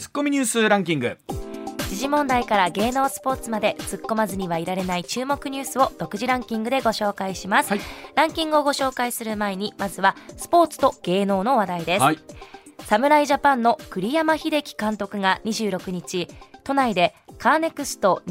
ツッコミニュースランキング。 時事問題から芸能スポーツまで突っ込まずにはいられない注目ニュースを独自ランキングでご紹介します、ランキングをご紹介する前にまずはスポーツと芸能の話題です、侍ジャパンの栗山英樹監督が26日都内でカーネクスト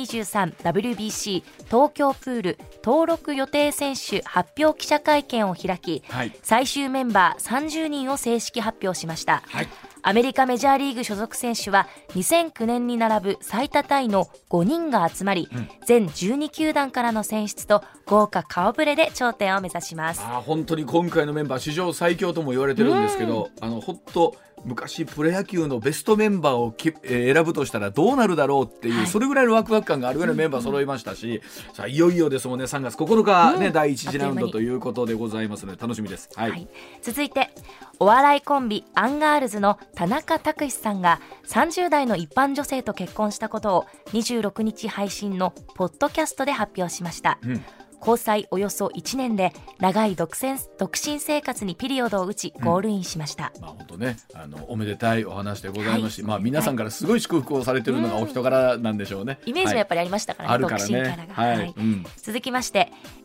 2023WBC 東京プール登録予定選手発表記者会見を開き、最終メンバー30人を正式発表しました、アメリカメジャーリーグ所属選手は2009年に並ぶ最多タイの5人が集まり、全12球団からの選出と豪華顔ぶれで頂点を目指します。 本当に今回のメンバー史上最強とも言われてるんですけど、本当昔プロ野球のベストメンバーを選ぶとしたらどうなるだろうっていう、それぐらいのワクワク感があるぐらいのメンバー揃いましたし、さあいよいよですもんね。3月9日、第1次ラウンドということでございますので楽しみです、 続いてお笑いコンビアンガールズの田中卓志さんが30代の一般女性と結婚したことを26日配信のポッドキャストで発表しました、交際およそ1年で長い独身生活にピリオドを打ちゴールインしました、 本当ね、おめでたいお話でございますし、皆さんからすごい祝福をされているのがお人柄なんでしょうね、 イメージもやっぱりありましたからね、独身からが、続きまして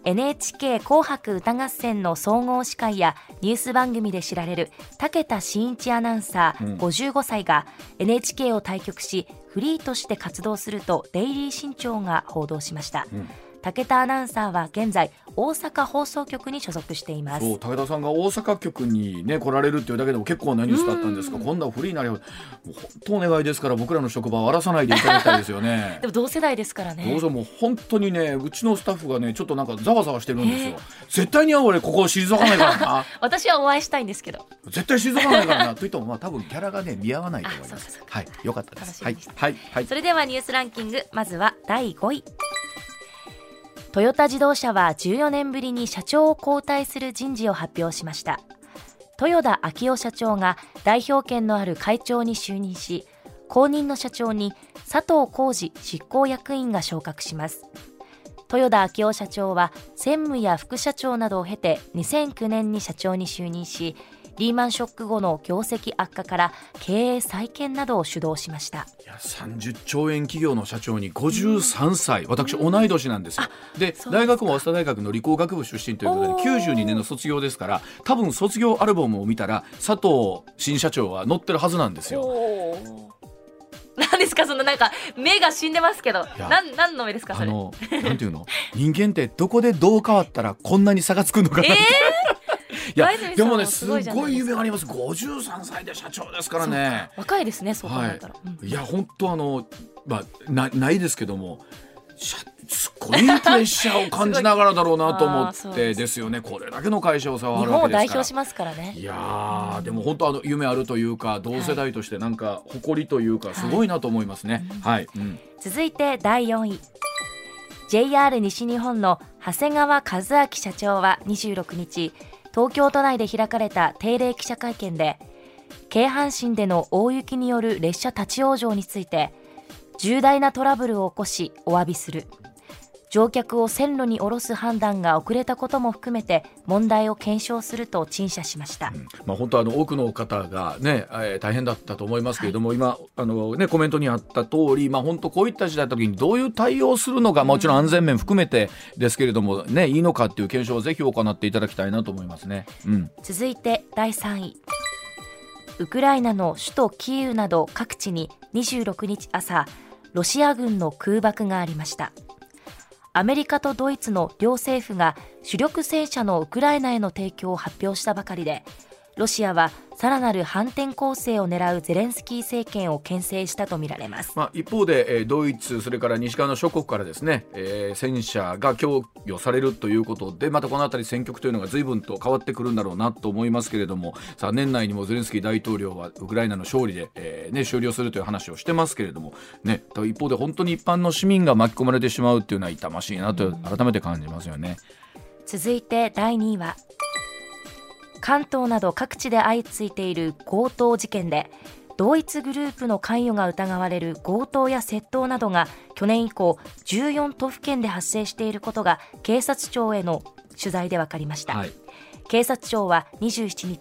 NHK 紅白歌合戦の総合司会やニュース番組で知られる武田真一アナウンサー、55歳が NHK を退局しフリーとして活動するとデイリー新潮が報道しました、武田アナウンサーは現在大阪放送局に所属しています。 武田さんが大阪局に、来られるっていうだけでも結構なニュースだったんですが、今度はフリーになれば本当お願いですから、僕らの職場を荒らさないでいただきたいですよねでも同世代ですからね。 どうぞ。もう本当にね、うちのスタッフがねちょっとなんかざわざわしてるんですよ。絶対に俺ここ退かないからな私はお会いしたいんですけど絶対退かないからなと言っても、多分キャラがね見合わないと思います。よかったです。 それではニュースランキング、まずは第5位。トヨタ自動車は14年ぶりに社長を交代する人事を発表しました。豊田章男社長が代表権のある会長に就任し、後任の社長に佐藤浩二執行役員が昇格します。豊田章男社長は専務や副社長などを経て2009年に社長に就任し、リーマンショック後の業績悪化から経営再建などを主導しました。 30兆円企業の社長に53歳、私同い年なんですよ。で大学も早稲田大学の理工学部出身ということで92年の卒業ですから、多分卒業アルバムを見たら佐藤新社長は載ってるはずなんですよ。 何ですか、そのなんか目が死んでますけど、何の目ですかそれ。 なんていうの人間ってどこでどう変わったらこんなに差がつくのかなって、でもねすごい夢があります。53歳で社長ですからね。 若いですね、そう考えたら。 本当ないですけども、すごいプレッシャーを感じながらだろうなと思ってですよね。これだけの会社を触るわけですから。日本を代表しますからね。 でも本当夢あるというか、同世代としてなんか誇りというかすごいなと思いますね。 続いて第4位。JR 西日本の長谷川一明社長は26日東京都内で開かれた定例記者会見で、京阪神での大雪による列車立ち往生について、重大なトラブルを起こしお詫びする、乗客を線路に降ろす判断が遅れたことも含めて問題を検証すると陳謝しました。 本当多くの方が、大変だったと思いますけれども、今コメントにあった通り、本当こういった時代の時にどういう対応するのが、もちろん安全面含めてですけれども、いいのかっていう検証をぜひ行っていただきたいなと思いますね。 続いて第3位。ウクライナの首都キーウなど各地に26日朝、ロシア軍の空爆がありました。アメリカとドイツの両政府が主力戦車のウクライナへの提供を発表したばかりで、ロシアはさらなる反転攻勢を狙うゼレンスキー政権を牽制したとみられます。 一方でドイツ、それから西側の諸国からですね、戦車が供与されるということで、またこのあたり戦局というのが随分と変わってくるんだろうなと思いますけれども、さあ年内にもゼレンスキー大統領はウクライナの勝利で、終了するという話をしてますけれども、一方で本当に一般の市民が巻き込まれてしまうというのは痛ましいなと改めて感じますよね。 続いて第2位は、関東など各地で相次いでいる強盗事件で、同一グループの関与が疑われる強盗や窃盗などが去年以降14都府県で発生していることが警察庁への取材で分かりました。警察庁は27日、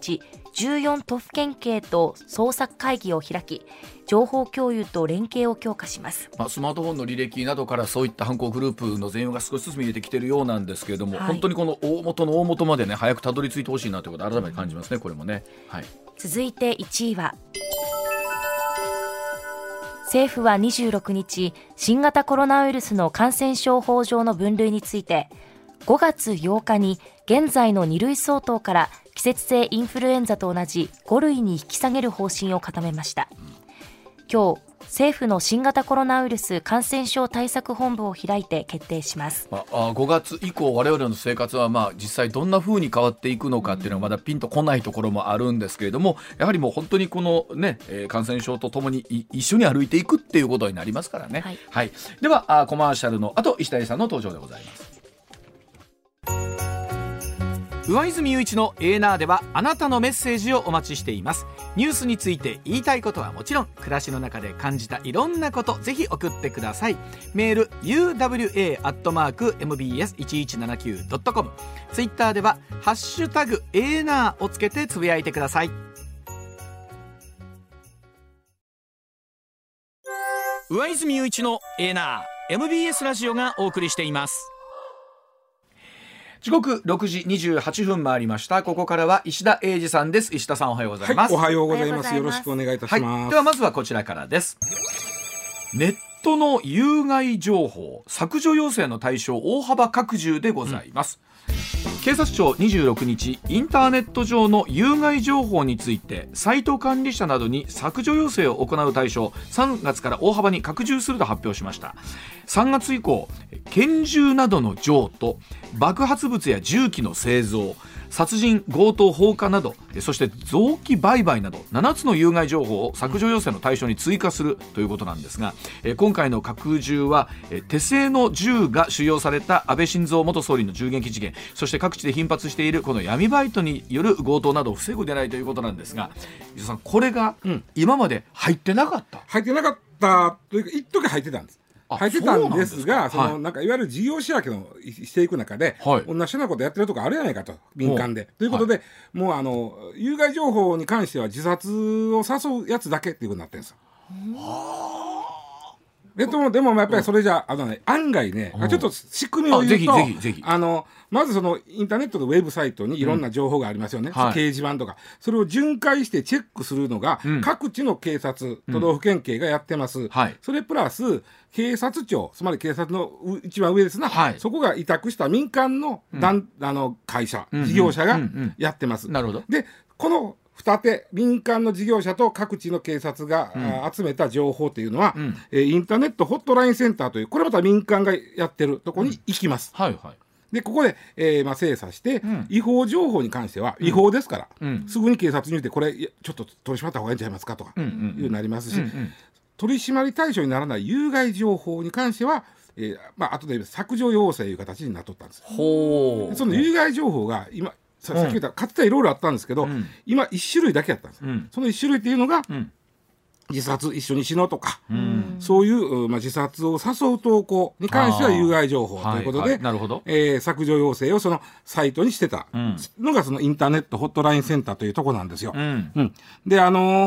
14都府県警と捜索会議を開き、情報共有と連携を強化します。 スマートフォンの履歴などからそういった犯行グループの全容が少しずつ見えてきているようなんですけれども、本当にこの大元の大元までね早くたどり着いてほしいなということを改めて感じますね、これもね。 続いて1位は、政府は26日、新型コロナウイルスの感染症法上の分類について、5月8日に現在の2類相当から季節性インフルエンザと同じ5類に引き下げる方針を固めました。今日、政府の新型コロナウイルス感染症対策本部を開いて決定します。 5月以降我々の生活は実際どんな風に変わっていくのかっていうのはまだピンとこないところもあるんですけれども、やはりもう本当にこのね、感染症とともに一緒に歩いていくっていうことになりますからね。ではコマーシャルの後、石谷さんの登場でございます。上泉雄一のエーナーではあなたのメッセージをお待ちしています。ニュースについて言いたいことはもちろん、暮らしの中で感じたいろんなこと、ぜひ送ってください。メール uwa@mbs1179.com、 ツイッターではハッシュタグエーナーをつけてつぶやいてください。上泉雄一のエーナー、 MBS ラジオがお送りしています。時刻6時28分回りました。ここからは石田英二さんです。石田さん、おはようございます。 おはようございます。よろしくお願いいたします。 ではまずはこちらからです。ネットの有害情報削除要請の対象大幅拡充でございます。警察庁26日、インターネット上の有害情報についてサイト管理者などに削除要請を行う対象、3月から大幅に拡充すると発表しました。3月以降、拳銃などの譲渡、爆発物や銃器の製造、殺人、強盗、放火など、そして臓器売買など7つの有害情報を削除要請の対象に追加するということなんですが、今回の拡充は手製の銃が使用された安倍晋三元総理の銃撃事件、そして各地で頻発しているこの闇バイトによる強盗などを防ぐ狙いということなんですが、伊藤さん、これが今まで入ってなかった、 入ってなかったというか、一時入ってたんです。入ってたんですが、なんかいわゆる事業仕分けをしていく中で、同じようなことやってるとこあるじゃないかと、民間でということで、もう有害情報に関しては自殺を誘うやつだけっていうことになってるんですよ。でもやっぱりそれじゃ案外ね、ちょっと仕組みを言うと、まずそのインターネットのウェブサイトにいろんな情報がありますよね、掲示板とか、それを巡回してチェックするのが、各地の警察、都道府県警がやってます。それプラス警察庁、つまり警察の一番上ですな、そこが委託した民間の会社、事業者がやってます。 なるほど。 でこの二手、民間の事業者と各地の警察が、集めた情報というのは、インターネットホットラインセンターという、これまた民間がやってるところに行きます。でここで、精査して、違法情報に関しては違法ですから、すぐに警察に言ってこれちょっと取り締まった方がいいんちゃいますかとかいうになりますし、取り締まり対象にならない有害情報に関しては、後で削除要請という形になっとったんです。その有害情報が今さっき言ったかつてはいろいろあったんですけど、今1種類だけやったんです。その1種類っていうのが、自殺、一緒に死のうとか、そういう、自殺を誘う投稿に関しては有害情報ということで、削除要請をそのサイトにしてたのが、そのインターネットホットラインセンターというところなんですよ。で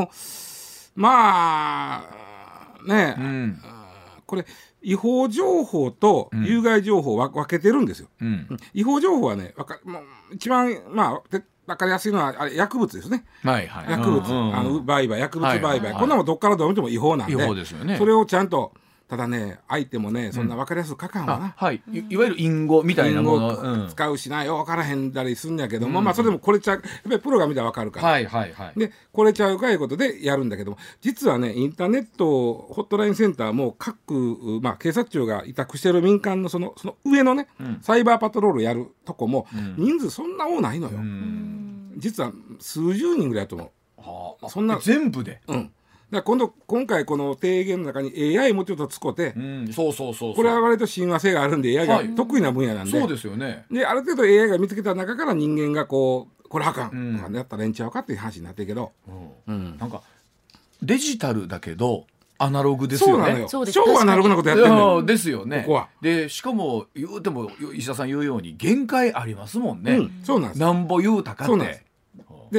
これ違法情報と有害情報を分けてるんですよ。違法情報はね、もう一番分かりやすいのはあれ薬物ですね。薬物、売買、薬物売買、こんなもどっからどう見ても違法なんで、それをちゃんと、ただね、相手もね、そんな分かりやすく書かんわな。 いわゆる隠語みたいなもの使うしな、よう分からへんだりすんやけども、それでもこれちゃう、やっぱりプロが見たら分かるから、でこれちゃうかいうことでやるんだけども、実はね、インターネットホットラインセンターも各、警察庁が委託している民間のその上のね、サイバーパトロールやるとこも、人数そんな多ないのよ。実は数十人ぐらいだと思う。そんな全部で。 今回この提言の中に AI もちょっと使って、 これは割と親和性があるんで AI が得意な分野なんで、 そうですよね。 である程度 AI が見つけた中から人間がこれあかんとかやったらええんちゃうかっていう話になってるけど、 なんかデジタルだけどアナログですよね。 超アナログなことやってるのですよね。 ここはでしかも言うても石田さん言うように限界ありますもんね。 そうなんです。 なんぼ言うたかって。 で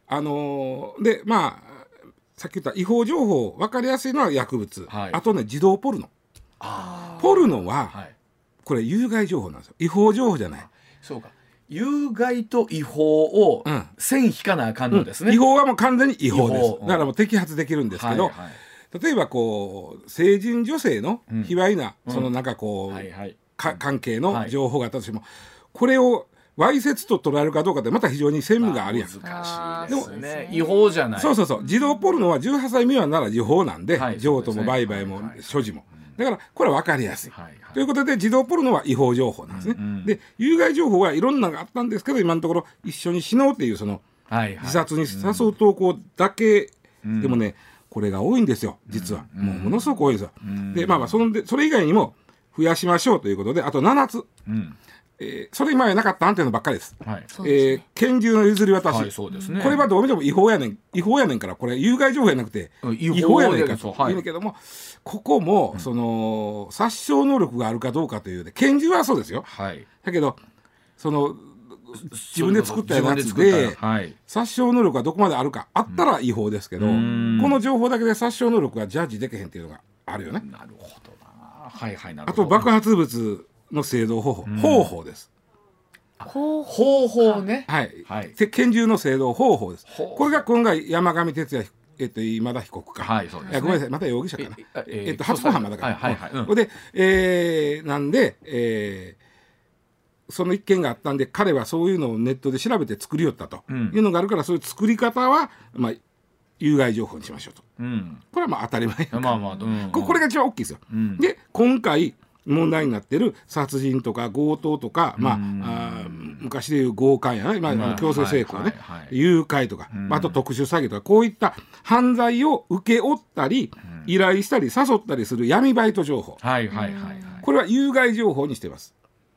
でまあさっき言った違法情報分かりやすいのは薬物、はい、あとね児童ポルノ。ポルノは、はい、これ有害情報なんですよ。違法情報じゃない。 そうか、有害と違法を線引かなあかんのですね、 違法はもう完全に違法です。だからもう摘発できるんですけど、はいはい、例えばこう成人女性の卑猥な、そのなんかこう、はいはい、関係の情報があったとしても、これをわいせつと捉えるかどうかってまた非常に専務があるやん。 難しいですね。違法じゃない。 そう児童ポルノは18歳未満なら違法なんで、はい、譲渡も売買も所持も、だからこれは分かりやすい、はいはい、ということで児童ポルノは違法情報なんですね、で有害情報はいろんなのがあったんですけど、今のところ一緒に死のうっていうその自殺に誘う投稿だけ、でもねこれが多いんですよ実は、もうものすごく多いんですよ、でまあそれ以外にも増やしましょうということで、あと7つ、それ今やなかった案というのばっかりです、はい、拳銃の譲り渡し、はい、そうですね、これはどう見ても違法やねんから、これ有害情報やなくて違法やねんかと言うんだけども、ここもその殺傷能力があるかどうかというで、拳銃はそうですよ、はい、だけどその自分で作ったやつで、はい、殺傷能力がどこまであるかあったら違法ですけど、この情報だけで殺傷能力がジャッジできへんっていうのがあるよね。なるほどな、はいはい、なるほど。あと爆発物の製造方法です。 方法ね、 はい、はい、拳銃の製造方法です。これが今回山上徹也今田被告か、はい、そうですね、ごめんなさい、また容疑者かな、初公判まだから、はいはいはい、で、なんで、その一件があったんで、彼はそういうのをネットで調べて作りよったというのがあるから、そういう作り方は、まあ、有害情報にしましょうと、これはまあ当たり前やから、これが一番大きいですよ、で今回問題になってる殺人とか強盗とか、まあ、昔でいう強姦やね、まあ、強制性交ね、誘拐とか、あと特殊詐欺とか、こういった犯罪を請け負ったり、依頼したり誘ったりする闇バイト情報、これは有害情報にしてます。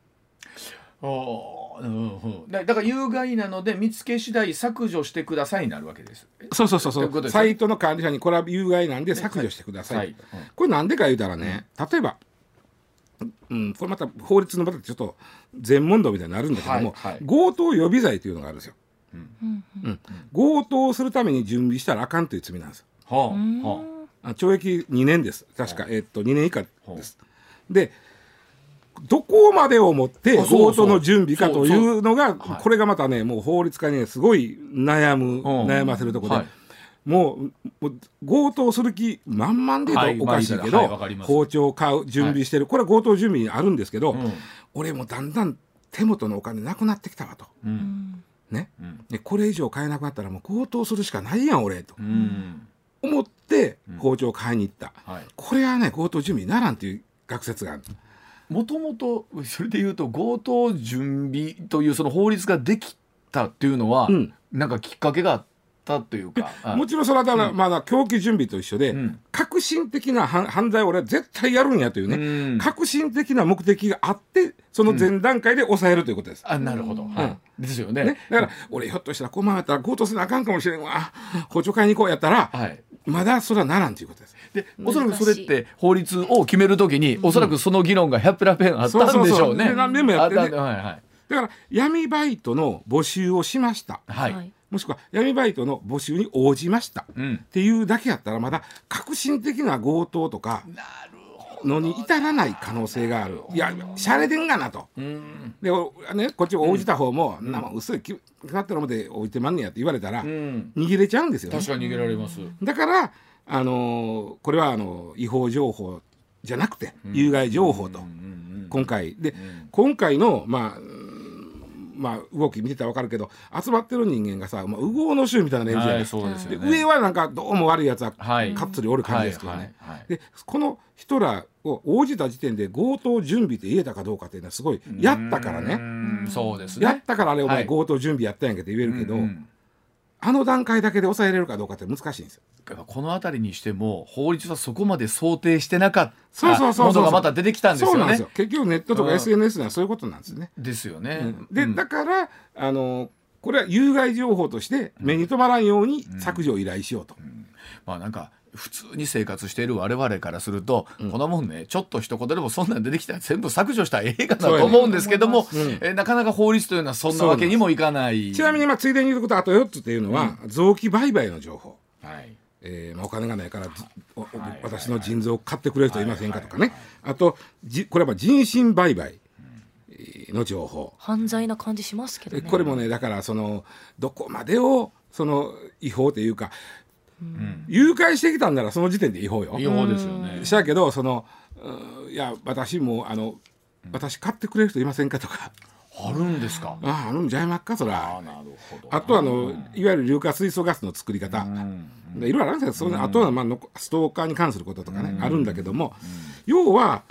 だから有害なので見つけ次第削除してくださいになるわけです。 そうサイトの管理者にこれは有害なんで削除してください、これなんでか言うたらね、例えばこれまた法律の場でちょっと全問答みたいになるんだけども、強盗予備罪というのがあるんですよ、強盗するために準備したらあかんという罪なんですよ、懲役2年です確か、2年以下です。でどこまでをもって強盗の準備かというのが、これがまたねもう法律家に、ね、すごい悩ませるところで、もう強盗する気満々で言うとおかしいけど、包丁を買う準備してる、これは強盗準備にあるんですけど、俺もだんだん手元のお金なくなってきたわと、ね、でこれ以上買えなくなったらもう強盗するしかないやん俺と、思って包丁を買いに行った、これはね強盗準備にならんという学説がある。 もともとそれでいうと強盗準備というその法律ができたっていうのは、なんかきっかけがあったというか、 もちろんそれはまだ凶器準備と一緒で、革新的な犯罪を俺は絶対やるんやというね、革新的な目的があってその前段階で抑えるということです。 なるほど、ですよね。 だから俺ひょっとしたらこまめたら強盗せなあかんかもしれんわ、包丁買いに行こうやったら、まだそれはならんということです。 でおそらくそれって法律を決めるときに、おそらくその議論が100ペラペンあったんでしょうね。 何年もやってね。だから闇バイトの募集をしました、もしくは闇バイトの募集に応じました、っていうだけやったらまだ革新的な強盗とかのに至らない可能性がある。いやしゃれでんがなと、で、ね、こっち応じた方も、薄い決まってるので置いてまんねやって言われたら、逃げれちゃうんですよね。 確かに逃げられます。 だからこれは違法情報じゃなくて有害情報と、今回の動き見てたら分かるけど、集まってる人間がさ、右往の衆みたいな連中で、上はなんかどうも悪いやつはかっつりおる感じですけどね。でこの人らを応じた時点で強盗準備って言えたかどうかっていうのはすごいやったからね。 そうですね。 やったからあれお前強盗準備やったんやんけって言えるけど、あの段階だけで抑えれるかどうかって難しいんですよ。 この辺りにしても法律はそこまで想定してなかったものがまた出てきたんですよね。そうなんですよ。 結局ネットとか SNS にはそういうことなんですね。 ですよね。 でだからこれは有害情報として目に留まらんように削除を依頼しようと。 なんか普通に生活している我々からすると、このもんねちょっと一言でもそんなん出てきたら全部削除したらええかなと思うんですけども、なかなか法律というのはそんなわけにもいかない。 ちなみについでに言うことあと4つっていうのは、臓器売買の情報、お金がないから私の腎臓を買ってくれる人いませんかとかね、あとこれは人身売買の情報、 犯罪な感じしますけどね。 これもねだからどこまでを違法というか、誘拐してきたんならその時点で違法よ。 違法ですよね。 したけどいや私も私買ってくれる人いませんかとかあるんですか。 あるんじゃいまっかそら。 なるほど。 あといわゆる硫化水素ガスの作り方、いろいろあるんですけど、あとはストーカーに関することとかね、あるんだけども、要は、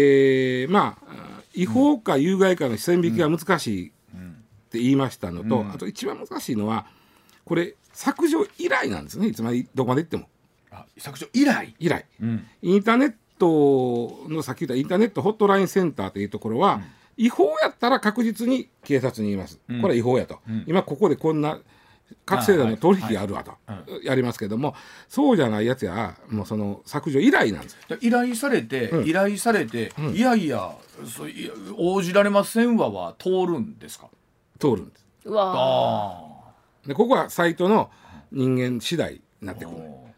違法か有害かの線引きが難しいって言いましたのと、あと一番難しいのはこれ削除依頼なんですね。いつまでどこまで行っても削除依頼、 インターネットのさっき言ったインターネットホットラインセンターというところは、違法やったら確実に警察に言います、これは違法やと、今ここでこんな覚醒剤の取引があるわとやりますけども、そうじゃないやつやもう削除依頼なんです。 依頼されて、いやいや応じられませんわは通るんですか。 通るんです。 うわでここはサイトの人間次第になってくる。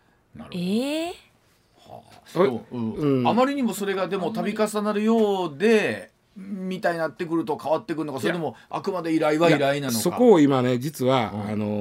あまりにもそれがでも度重なるようでみたいになってくると変わってくるのか、それともあくまで依頼は依頼なのか。 そこを今ね実は、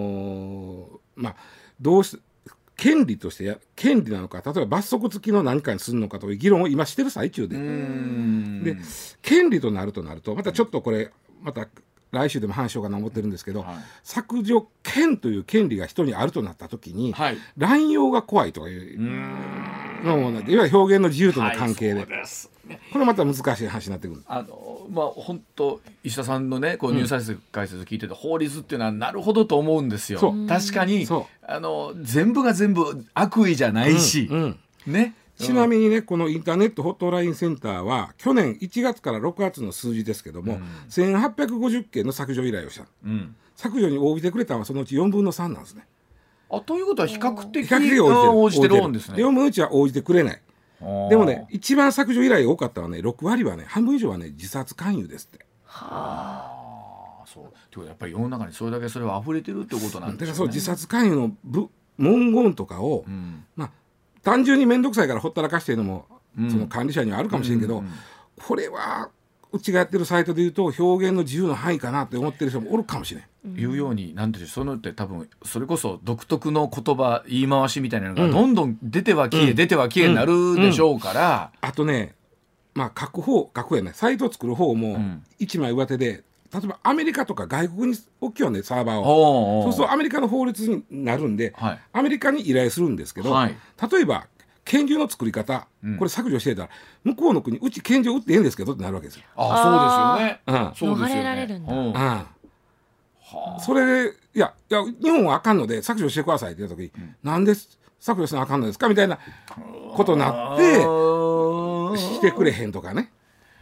どうし権利として権利なのか、例えば罰則付きの何かにするのかという議論を今してる最中で、権利となるとまたちょっとこれまた来週でも話しようかな思ってるんですけど、削除権という権利が人にあるとなった時に、乱用が怖いというのも、いわゆる表現の自由との関係で、これまた難しい話になってくる。 本当石田さんのねこうニュース解説聞いてて、法律っていうのはなるほどと思うんですよ。確かに全部が全部悪意じゃないし、ね。 ちなみにねこのインターネットホットラインセンターは去年1月から6月の数字ですけども、1850件の削除依頼をした、削除に応じてくれたのはそのうち4分の3なんですね。 ということは比較的応じてるんですね。 4分の1は応じてくれない。でもね一番削除依頼が多かったのはね6割はね半分以上はね自殺勧誘ですって。 そうということはやっぱり世の中にそれだけそれは溢れてるってことなんですね。 だからそう自殺勧誘の文言とかを、単純に面倒くさいからほったらかしているのも、その管理者にはあるかもしれんけど、これはうちがやってるサイトでいうと表現の自由の範囲かなって思ってる人もおるかもしれん。 いうようになんていうそのって多分それこそ独特の言葉言い回しみたいなのがどんどん出ては消え、出ては消えになるでしょうから、 あとね書くやねサイトを作る方も一枚上手で、例えばアメリカとか外国に置きよねサーバーを。そうするとアメリカの法律になるんで、アメリカに依頼するんですけど、例えば拳銃の作り方、これ削除してたら向こうの国うち拳銃撃ってええんですけどってなるわけですよ。 そうですよね。 逃れられるんだ。 それでいや日本はあかんので削除してくださいって言った時に、なんで削除しなあかんのですかみたいなことになってしてくれへんとかね。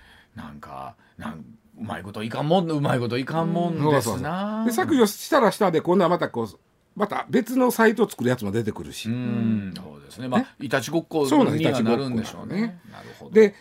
うまいこといかんもんですな。 で削除したら下で今度はまた別のサイトを作るやつも出てくるし、 そうですね。いたちごっこにはなるんでしょうね。なるほど。 で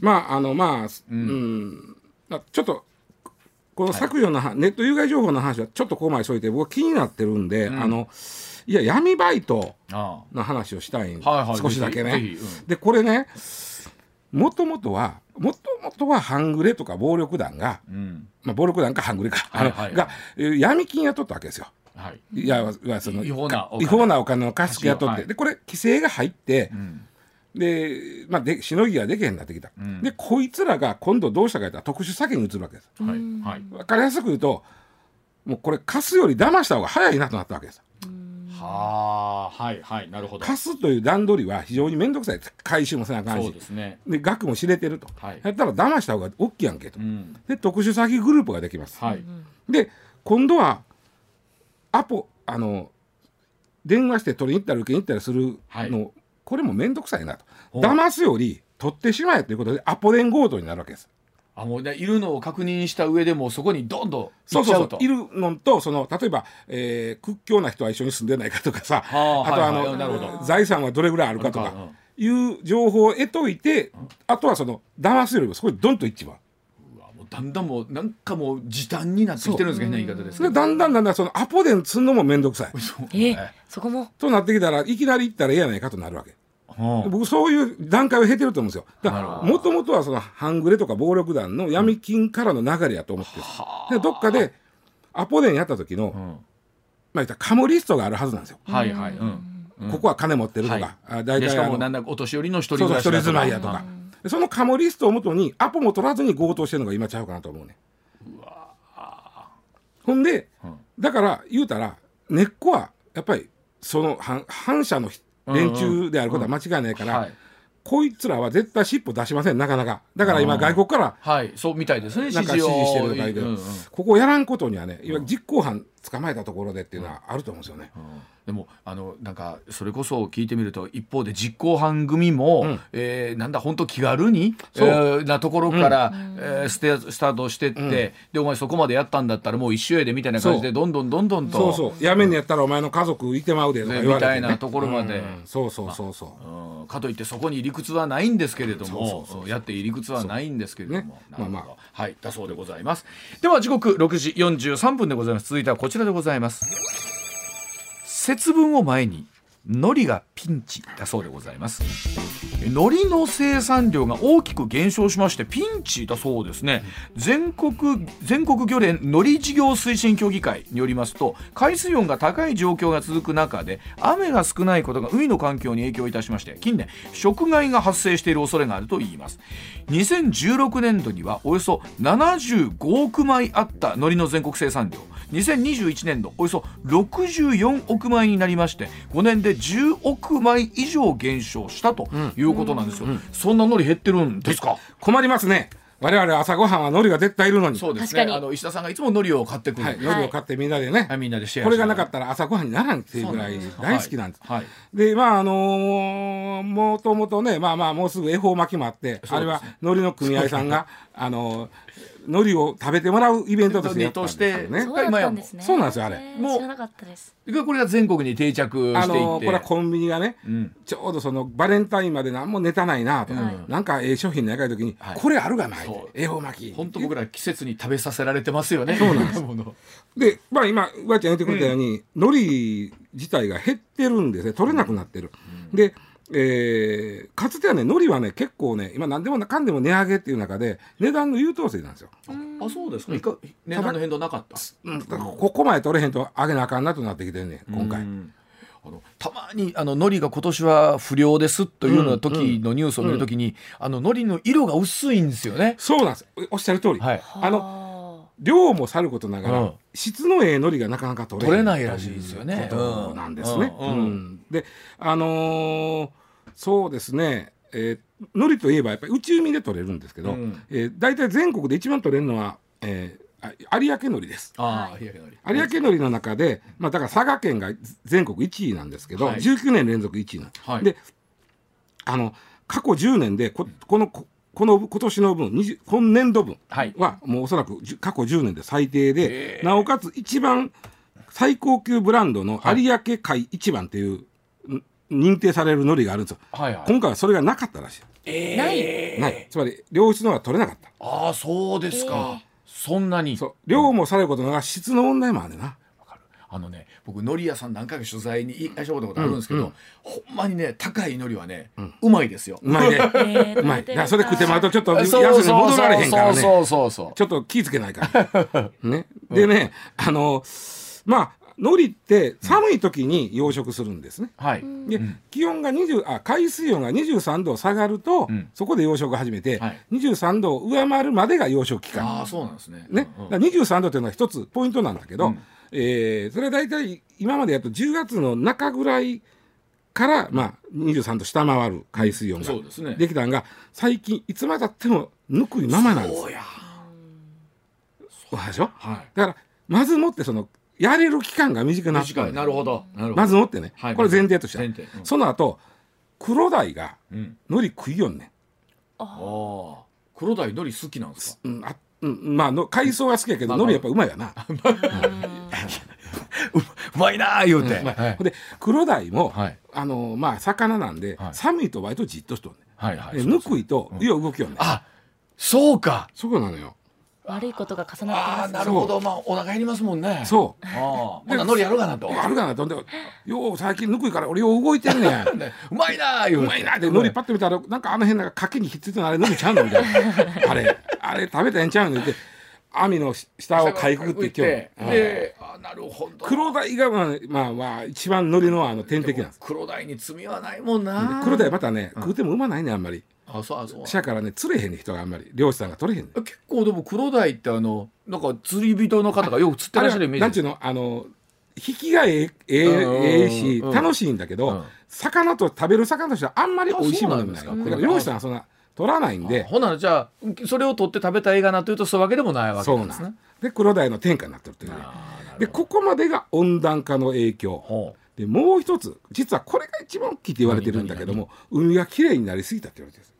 ちょっとこの削除のネット有害情報の話はちょっとここまでしといて、僕は気になってるんで、闇バイトの話をしたいんです、少しだけね。でこれねもともとは半グレとか暴力団が、暴力団か半グレかが闇金雇ったわけですよ。いやその違法なお金の貸し付け雇って、でこれ規制が入って、でしのぎができへんなってきた、でこいつらが今度どうしたかというと特殊詐欺に移るわけです。分かりやすく言うともうこれ貸すより騙した方が早いなとなったわけです。 なるほど。 貸すという段取りは非常に面倒くさい。回収もせなあかんし、で額も知れてると、やったら騙した方が大きいやんけと、で特殊詐欺グループができます。で今度は電話して取りに行ったり受けに行ったりするの、これも面倒くさいなと、騙すより取ってしまえということでアポ電強盗になるわけです。 もうね、いるのを確認した上でもそこにどんどん行っちゃうと。 いるのと例えば、屈強な人は一緒に住んでないかとかさ、あと財産はどれぐらいあるかとかいう情報を得といて、あとは騙すよりもそこにドンといっちまう。 だんだんもうなんかもう時短になってきてるんですけど、変な言い方ですけど、 だんだんアポ電積んのもめんどくさいそこもとなってきたら、いきなり行ったらええやないかとなるわけ。僕そういう段階を経てると思うんですよ。だからもともとは半グレとか暴力団の闇金からの流れやと思ってる、でどっかでアポ電やった時の、まあ、カモリストがあるはずなんですよ。ここは金持ってるとか、 大体しかもなんだお年寄りの一人暮らし一人住まいやとか、そのカモリストをもとにアポも取らずに強盗してるのが今ちゃうかなと思うね。ほんで、だから言うたら根っこはやっぱり反社の連中であることは間違いないから、こいつらは絶対尻尾出しません、なかなか。だから今外国からそうみたいですね、 なんか指示してるとか言うけど、ここをやらんことにはね、実行犯捕まえたところでっていうのはあると思うんですよね。 でもなんかそれこそ聞いてみると、一方で実行犯組も、なんだ本当気軽に、なところから、スタートしてって、でお前そこまでやったんだったらもう一周やでみたいな感じでどんどんとやめんのやったらお前の家族いてまうでとか言われて、 みたいなところまで、かといってそこに理屈はないんですけれども、やっていい理屈はないんですけれども、だそうでございます。では時刻6時43分でございます。続いてはこちらでございます。節分を前に海苔がピンチだそうでございます。海苔の生産量が大きく減少しましてピンチだそうですね。全国漁連海苔事業推進協議会によりますと、海水温が高い状況が続く中で雨が少ないことが海の環境に影響いたしまして、近年食害が発生している恐れがあるといいます。2016年度にはおよそ75億枚あった海苔の全国生産量、2021年度およそ64億枚になりまして、5年で10億枚以上減少したということなんですよ。そんな海苔減ってるんですか？ 困りますね。我々朝ごはんは海苔が絶対いるのに。 そうですね。石田さんがいつも海苔を買ってくる、 海苔を買ってみんなでね、 みんなでシェア。 これがなかったら朝ごはんにならんっていうぐらい大好きなんです。でもともとね、もうすぐ恵方巻きもあって、あれは海苔の組合さんが海苔を食べてもらうイベントとしてやったんですよね。 そうなんですね。 そうなんですよ、あれ。 知らなかったです。 これが全国に定着していって、 これはコンビニがね、ちょうどバレンタインまで何もネタないなとか、なんか商品のやかい時に、これあるがない恵方巻き。 本当僕ら季節に食べさせられてますよね。 そうなんです。で、今うわちゃん言ってくれたように、海苔自体が減ってるんですね。取れなくなってる。でかつてはね、海苔はね結構ね、今何でもかんでも値上げっていう中で値段の優等生なんですよ。 そうですか。値段の変動なかった。 だからここまで取れへんと上げなあかんなとなってきてるね、今回。 たまに海苔が今年は不良ですというような時のニュースを見るときに、海苔の色が薄いんですよね。 そうなんです。おっしゃる通り。量もさることながら、質のええ海苔がなかなか取れないらしいですよね。そうなんですね。でそうですね、海苔といえばやっぱり内海で取れるんですけど、大体全国で一番取れるのは、有明海苔です。有明海苔の中で、だから佐賀県が全国1位なんですけど、19年連続1位なんです。で過去10年でこの今年の分今年度分はもうおそらく過去10年で最低で、なおかつ一番最高級ブランドの有明海一番っていう認定される海苔があるんですよ。今回はそれがなかったらしい。ない。つまり良質のが取れなかった。 そうですか。そんなに。 量もされることながら質の問題もあるね。 僕海苔屋さん何回か取材に行かしたことあるんですけど、ほんまにね高い海苔はね、うまいですよ。 うまいね。うまい。それ食ってもらうとちょっと安に戻られへんからね。ちょっと気ぃつけないからね。でね、海苔って寒い時に養殖するんですね。で気温が海水温が23度下がると、そこで養殖を始めて、23度を上回るまでが養殖期間。 そうなんですね。 23度というのは一つポイントなんだけど、それは大体今までやっと10月の中ぐらいから23度下回る海水温ができたのが、最近いつまでたってもぬくいままなんです。そうでしょ。だからまずもってやれる期間が短くなって、 なるほど。 まずもってね、これ前提としては、その後黒鯛が海苔食いよんねん。 黒鯛海苔好きなんですか？ まあ海藻は好きやけど海苔やっぱうまいやな。 うまいな言うて、 で黒鯛もまあ魚なんで寒いと割とじっとしとんね。ぬくいとよう動きよんね。 あ、そうか。 そうなのよ。 悪いことが重なってますね。 なるほど。まあお腹減りますもんね。 そう。 ほな海苔あるかなと。 あるかなと。でよう最近ぬくいから俺よう動いてんねん。 うまいな言うて。 うまいなで海苔パッと見たらなんかあの辺なんか賭けにひっついてるのあれ海苔ちゃうのみたいな。あれ食べたらええんちゃうのって網の下をかいくぐって今日。 で、なるほど。 黒鯛がまあ一番海苔の天敵なんです。 黒鯛に罪はないもんな。 黒鯛またね食うてもうまないねあんまり。 そうしゃからね釣れへんね人があんまり漁師さんが取れへんね。 結構でも黒鯛ってなんか釣り人の方がよく釣ってらっしゃるイメージ。 なんちゅうの引きがええし楽しいんだけど、魚と食べる魚としてはあんまり美味しいものなんない。漁師さんはそんな取らないんで。 ほなじゃあそれを取って食べたいがなというとそういうわけでもないわけなんですね。 で黒鯛の天下になってるという。でここまでが温暖化の影響。でもう一つ実はこれが一番大きいって言われてるんだけども、海がきれいになりすぎたって言われてるんです。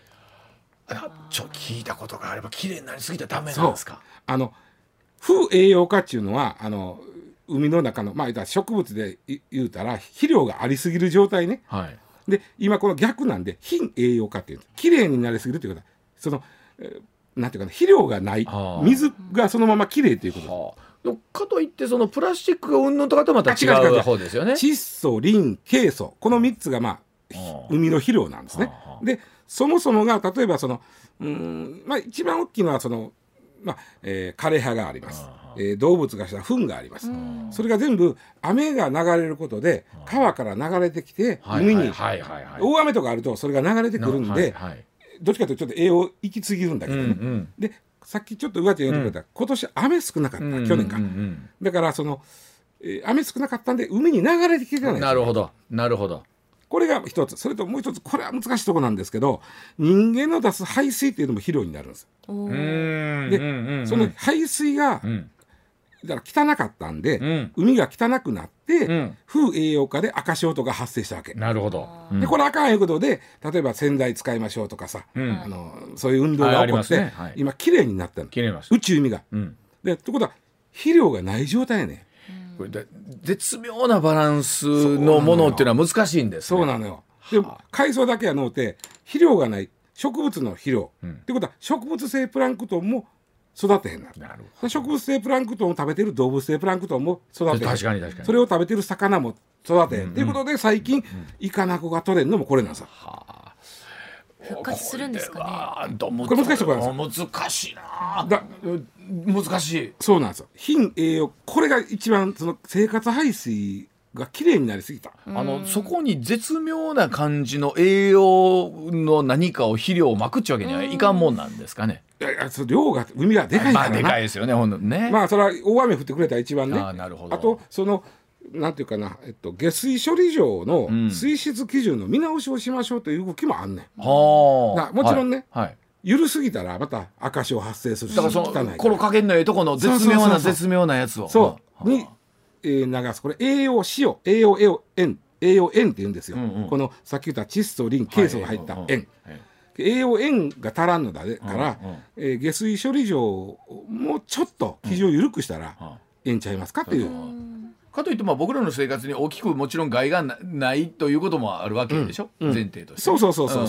聞いたことがあればきれいになりすぎたらダメなんですか？ 風栄養化っていうのは海の中の植物で言うたら肥料がありすぎる状態ね。で今この逆なんで貧栄養化っていうきれいになりすぎるっていうことはなんていうか肥料がない水がそのままきれいということかといってそのプラスチックがうんぬんとかとまた違う方ですよね。 窒素、リン、ケイ素この3つが海の肥料なんですね。でそもそもが例えば一番大きいのは枯れ葉があります。動物がした糞があります。それが全部雨が流れることで川から流れてきて海に大雨とかあるとそれが流れてくるんでどっちかというとちょっと栄養行き過ぎるんだけどね。でさっきちょっと上手に言ってくれた今年雨少なかった去年かだから雨少なかったんで海に流れてきてない。 なるほどなるほど。 これが一つ。それともう一つこれは難しいところなんですけど人間の出す排水っていうのも肥料になるんです。でその排水がだから汚かったんで、海が汚くなって、風栄養化で赤潮とか発生したわけ。 なるほど。 でこれあかんいうことで例えば洗剤使いましょうとかさ、そういう運動が起こって、今きれいになったの内海が。でってことは肥料がない状態やね。 これ絶妙なバランスのものっていうのは難しいんですね。 そうなのよ。で海藻だけはのうて肥料がない植物の肥料、ってことは植物性プランクトンも育てへんな。植物性プランクトンを食べてる動物性プランクトンも育てへん。 確かにそれを食べてる魚も育てへんということで最近イカナゴが取れるのもこれなんですよ。 復活するんですかね。 これ難しいところなんですよ。 難しいな。難しい。 そうなんですよ。貧栄養これが一番生活排水がきれいになりすぎた。 そこに絶妙な感じの栄養の何かを肥料をまくっちゃうわけにはいかんもんなんですかね。 量が海がでかいからな。 でかいですよね。ほんとね。 それは大雨降ってくれたら一番ね。 なるほど。 あとなんていうかな、下水処理場の水質基準の見直しをしましょうという動きもあんねん。もちろんね、緩すぎたらまた赤潮発生するし、 だからこの加減のええとこの絶妙なやつをに流す。これ栄養塩って言うんですよ。このさっき言った窒素、リン、ケイ素が入った塩。栄養塩が足らんのだから下水処理場をもうちょっと基準を緩くしたらええんちゃいますかっていう。 かといって僕らの生活に大きくもちろん害がないということもあるわけでしょ、前提として。 そう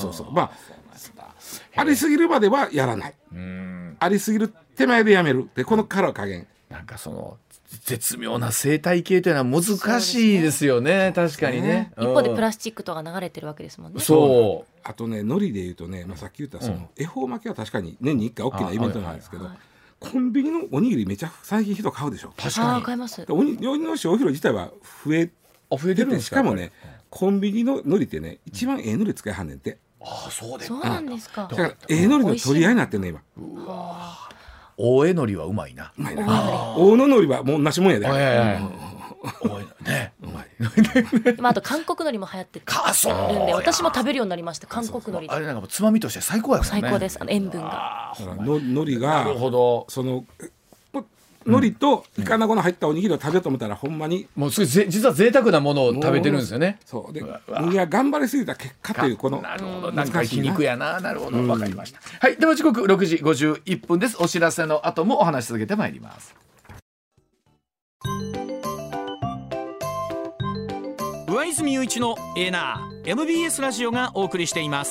ありすぎるまではやらない。ありすぎる手前でやめるってこの加減。 なんか絶妙な生態系というのは難しいですよね。確かにね。 一方でプラスチックとか流れてるわけですもんね。 そうあとね海苔でいうとね、さっき言った恵方巻きは確かに年に1回大きなイベントなんですけど、コンビニのおにぎりめちゃ最近人買うでしょ。 確かに買います。 おにぎりの消費量自体は増えてて、しかもねコンビニの海苔ってね一番海苔使いはんねんって。 そうなんですか。 だから海苔の取り合いになってんね今。 大江海苔はうまいな。 大野海苔はもうなしもんやで。 ね、うまい。 あと韓国海苔も流行ってるんで私も食べるようになりました。韓国海苔あれなんかつまみとして最高やもんね。 最高です。塩分が海苔が海苔とイカナゴの入ったおにぎりを食べようと思ったらほんまにもう実は贅沢なものを食べてるんですよね。 そうで麦が頑張りすぎた結果というこのなるほど、なんか皮肉やな。なるほど、わかりました。はい、では時刻6時51分です。お知らせの後もお話し続けてまいります。 上泉雄一のエーナー MBS ラジオがお送りしています。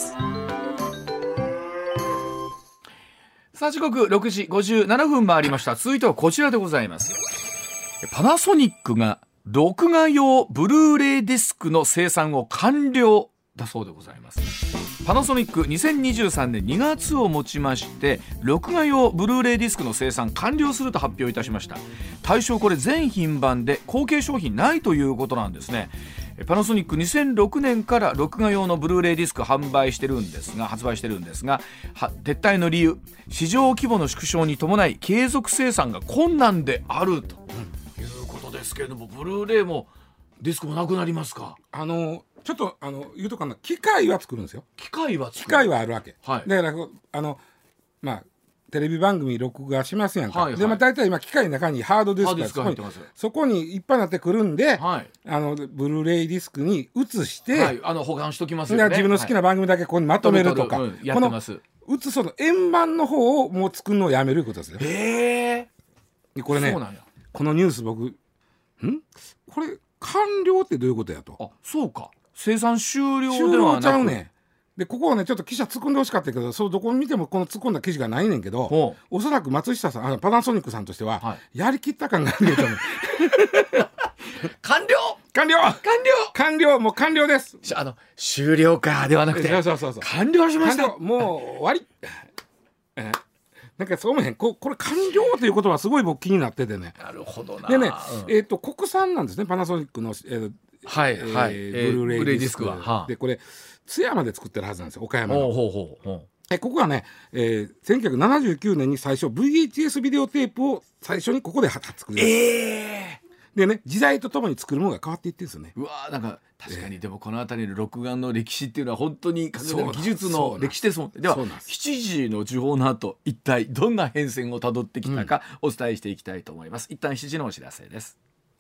さあ時刻6時57分回りました。続いてはこちらでございます。パナソニックが録画用ブルーレイディスクの生産を完了だそうでございます。パナソニック2023年2月をもちまして録画用ブルーレイディスクの生産完了すると発表いたしました。対象これ全品番で後継商品ないということなんですね。パナソニック2006年から録画用のブルーレイディスク発売してるんですが撤退の理由、市場規模の縮小に伴い継続生産が困難であるということですけれども、ブルーレイもディスクもなくなりますか。 ちょっと言うとかな、機械は作るんですよ。機械はあるわけ、はい、だからまあテレビ番組録画しますやんか、はいはい、で大体今機械の中にハードディスクが入ってます。そこにいっぱいになってくるんで、はい、ブルーレイディスクに移して、 はい、保管しときますよね。 自分の好きな番組だけここにまとめるとか、 やってます。 その円盤の方をもう作るのをやめるいうことですよ。これね、このニュース僕これ完了ってどういうことやと。 あ、そうか、生産終了ではなく、 ちゃうね。でここはねちょっと記者突っ込んでほしかったけど、そうどこ見てもこの突っ込んだ記事がないねんけど、おそらく松下さんパナソニックさんとしては、はい、やりきった感があると思う。 完了もう完了です。 終了かではなくて、 そう完了しました。 もう終わり。なんかそう思えへん。これ完了ということはすごい僕気になっててね。 なるほどな。 でね、国産なんですね、パナソニックの、 はいはい、 ブルーレイディスクは。でこれ津山で作ってるはずなんですよ、岡山の。ここはね、1979年に最初 VHS ビデオテープを最初にここで作りました。でね、時代とともに作るものが変わっていってるんですよね。 うわー、なんか確かに、でもこの辺りの録画の歴史っていうのは本当に技術の歴史ですもん。では7時の時報の後、一体どんな変遷をたどってきたかお伝えしていきたいと思います。一旦7時のお知らせです。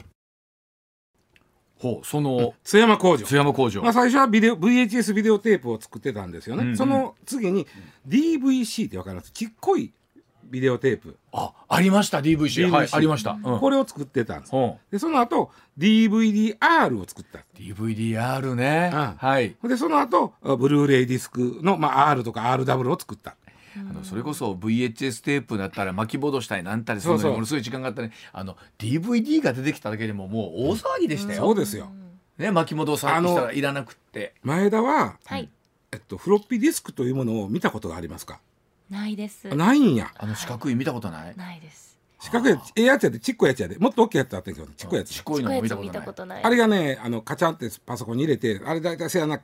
その津山工場、最初はVHS ビデオテープを作ってたんですよね。その次に DVC って分かります？ちっこいビデオテープ。 ありました。 DVC、はい、ありました、 これを作ってたんです。でその後 DVD-R を作った。 DVD-R ね、はい。 でその後ブルーレイディスクの、R とか RW を作った。 それこそ VHS テープだったら巻き戻したりなんたりするのにものすごい時間があったね。DVD が出てきただけでももう大騒ぎでしたよ。 そうですよ、 ね、巻き戻さしたらいらなくって。 前田は、フロッピーディスクというものを見たことがありますか？ ないです。 ないんや。 四角い見たことない？ ないです。 四角いやつやで、ちっこいやつやで、もっと大きいやつあったんけど、ちっこいやつ。 ちっこいのも見たことない。 あれがね、カチャンってパソコンに入れて、あれだいたい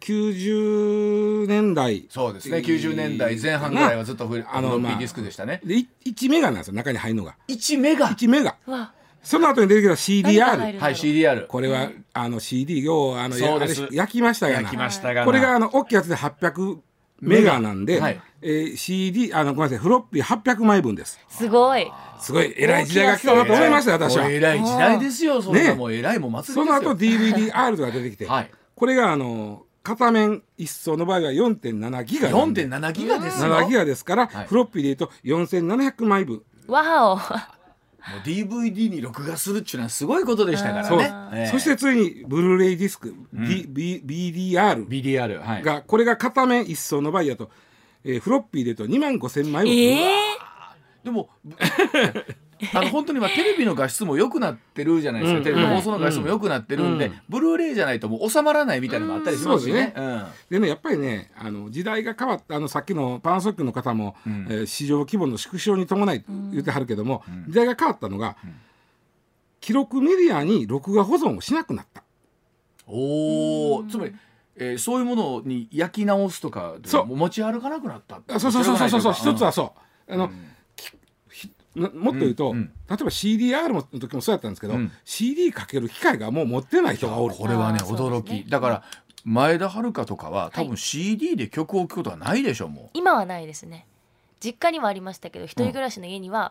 90年代。 そうですね、90年代前半ぐらいはずっとフロッピーディスクでしたね。 で1メガなんですよ、中に入るのが。 1メガ。 その後に出てきた CDR。 はい、CDR。 これはCD を焼きましたがな。これが大きいやつで800メガなんで、CD ごめんなさい、フロッピー800枚分です。 すごい偉い時代が来たなと思いましたよ、私は。 偉い時代ですよ、そんなもう偉いもん祭りですよ。 その後 DVD-R が出てきて、これが片面一層の場合は 4.7 ギガ。 4.7 ギガですよ。 7ギガですから、フロッピーでいうと4700枚分。 わお。 もう DVD に録画するっていうのはすごいことでしたからね。 そしてついにブルーレイディスク、BDR が、これが片面一層の場合だと、フロッピーでいうと25000枚分。 でも本当にテレビの画質も良くなってるじゃないですか。テレビの放送の画質も良くなってるんで、ブルーレイじゃないともう収まらないみたいなのもあったりしますしね。 でね、やっぱりね、時代が変わった。さっきのパナソニックの方も、市場規模の縮小に伴い言ってはるけども、時代が変わったのが、記録メディアに録画保存をしなくなった。 つまりそういうものに焼き直すとか持ち歩かなくなった。 そう一つはそうもっと言うと、例えば CDR の時もそうやったんですけど、CD かける機械がもう持ってない人がおる。 これはね、驚き。だから前田遥とかは多分 CD で曲を聴くことはないでしょ。もう今はないですね。実家にはありましたけど、一人暮らしの家には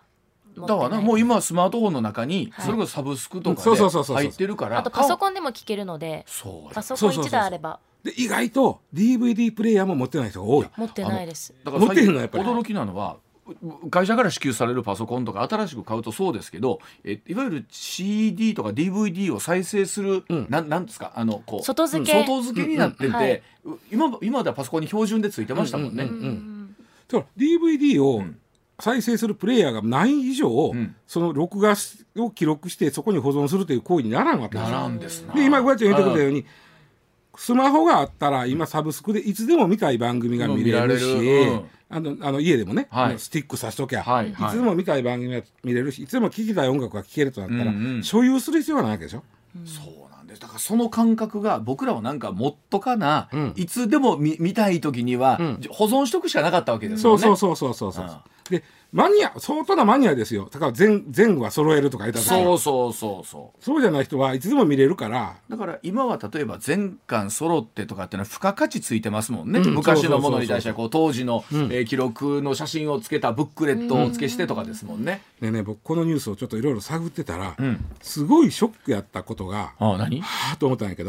持ってない。 だからもう今スマートフォンの中にそれこそサブスクとかで入ってるから、 あとパソコンでも聞けるので、パソコン1台あれば。 で意外と DVD プレイヤーも持ってない人が多い。 持ってないです。 だから最近驚きなのは、会社から支給されるパソコンとか新しく買うとそうですけど、いわゆる CD とか DVD を再生する、なんですか、こう外付けになってて、今ではパソコンに標準でついてましたもんね。 だから DVD を再生するプレイヤーがない以上、その録画を記録してそこに保存するという行為にならんわけですよ。 ならんですな。 で今ごやちゃん言ってくれたように、スマホがあったら今サブスクでいつでも見たい番組が見れるし、家でもね、スティックさしときゃ、いつでも見たい番組が見れるし、いつでも聴きたい音楽が聴けるとなったら、所有する必要がないわけでしょ。 そうなんです。だからその感覚が僕らはなんか持っとかな、いつでも見たい時には保存しとくしかなかったわけですよね。 そうで相当なマニアですよ。だから前後は揃えるとか言ったら、そうじゃない人はいつでも見れるから。 だから今は例えば全巻揃ってとかっていうのは付加価値ついてますもんね。昔のものに対しては当時の記録の写真をつけたブックレットをお付けしてとかですもんね。 でね、僕このニュースをちょっといろいろ探ってたら、すごいショックやったことが何と思ったんやけど、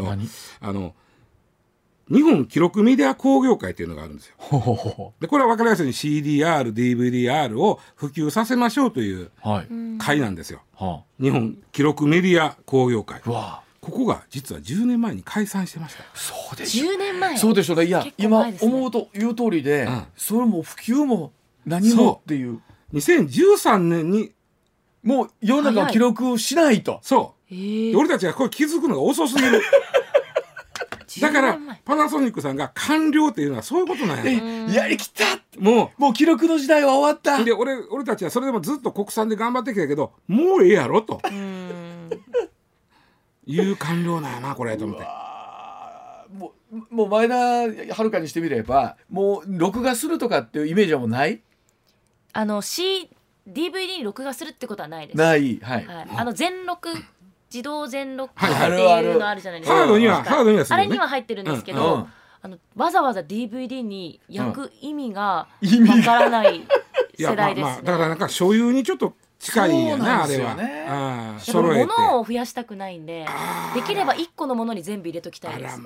日本記録メディア工業会というのがあるんですよ。でこれは分かりやすいように CDR、DVDR を普及させましょうという会なんですよ。日本記録メディア工業会。ここが実は10年前に解散してました。 そうでしょ。 10年前。 そうでしょうね。いや、今思うと言う通りで、それも普及も何もっていう。 2013年にもう世の中を記録しないと。 そう。俺たちがこれ気づくのが遅すぎる。だからパナソニックさんが完了っていうのはそういうことなんや。 やりきった。 もう記録の時代は終わった。 で俺たちはそれでもずっと国産で頑張ってきたけど、もうええやろという完了なんやなこれと思って。 もう前田遥にしてみればもう録画するとかっていうイメージはもうない。 DVD に録画するってことはないです。 ない。 全録自動全録っていうのあるじゃないですか。 ハードにはあれには入ってるんですけど、わざわざ DVD に焼く意味がわからない世代ですね。 だからなんか所有にちょっね近いよねあれは。 物を増やしたくないんで、できれば1個のものに全部入れときたいです。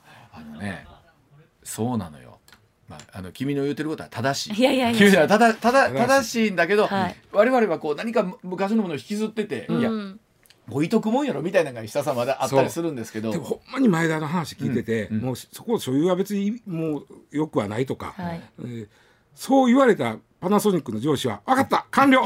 そうなのよ。君の言うてることは正しい。 いや君は正しいんだけど、我々はこう何か昔のものを引きずってて、いや置いとくもんやろみたいなのが久さまであったりするんですけど、 でもほんまに前田の話聞いてて、もうそこ所有は別にもうよくはないとか、そう言われたパナソニックの上司は分かった完了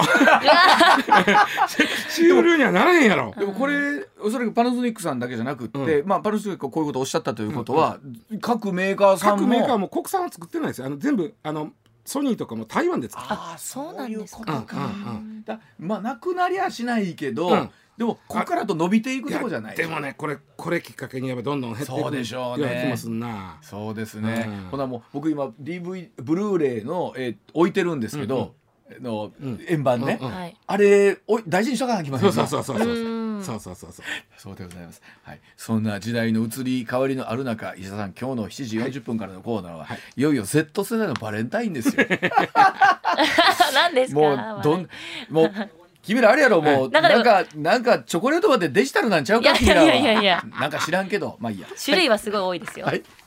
終了にはならへんやろ。 でもこれおそらくパナソニックさんだけじゃなくって、パナソニックがこういうことをおっしゃったということは、各メーカーさんも各メーカーも国産は作ってないですよ。全部ソニーとかも台湾で作ってる。 そうなんですか。 なくなりゃしないけど、でもここからと伸びていくとこじゃない。 でもねこれきっかけにやっぱどんどん減っていく。 そうでしょうね。 気もすんな。 そうですね。ほなもう僕今 DV ブルーレイの置いてるんですけど、円盤ね、あれ大事にしとかなきゃいけない。 そうでございます。そんな時代の移り変わりのある中、石田さん今日の7時40分からのコーナーは、いよいよ Z 世代のバレンタインですよ。 何ですか。 もう君らあれやろ、もうなんかチョコレートまでデジタルなんちゃうか。 いやなんか知らんけど、まあいいや。 種類はすごい多いですよ。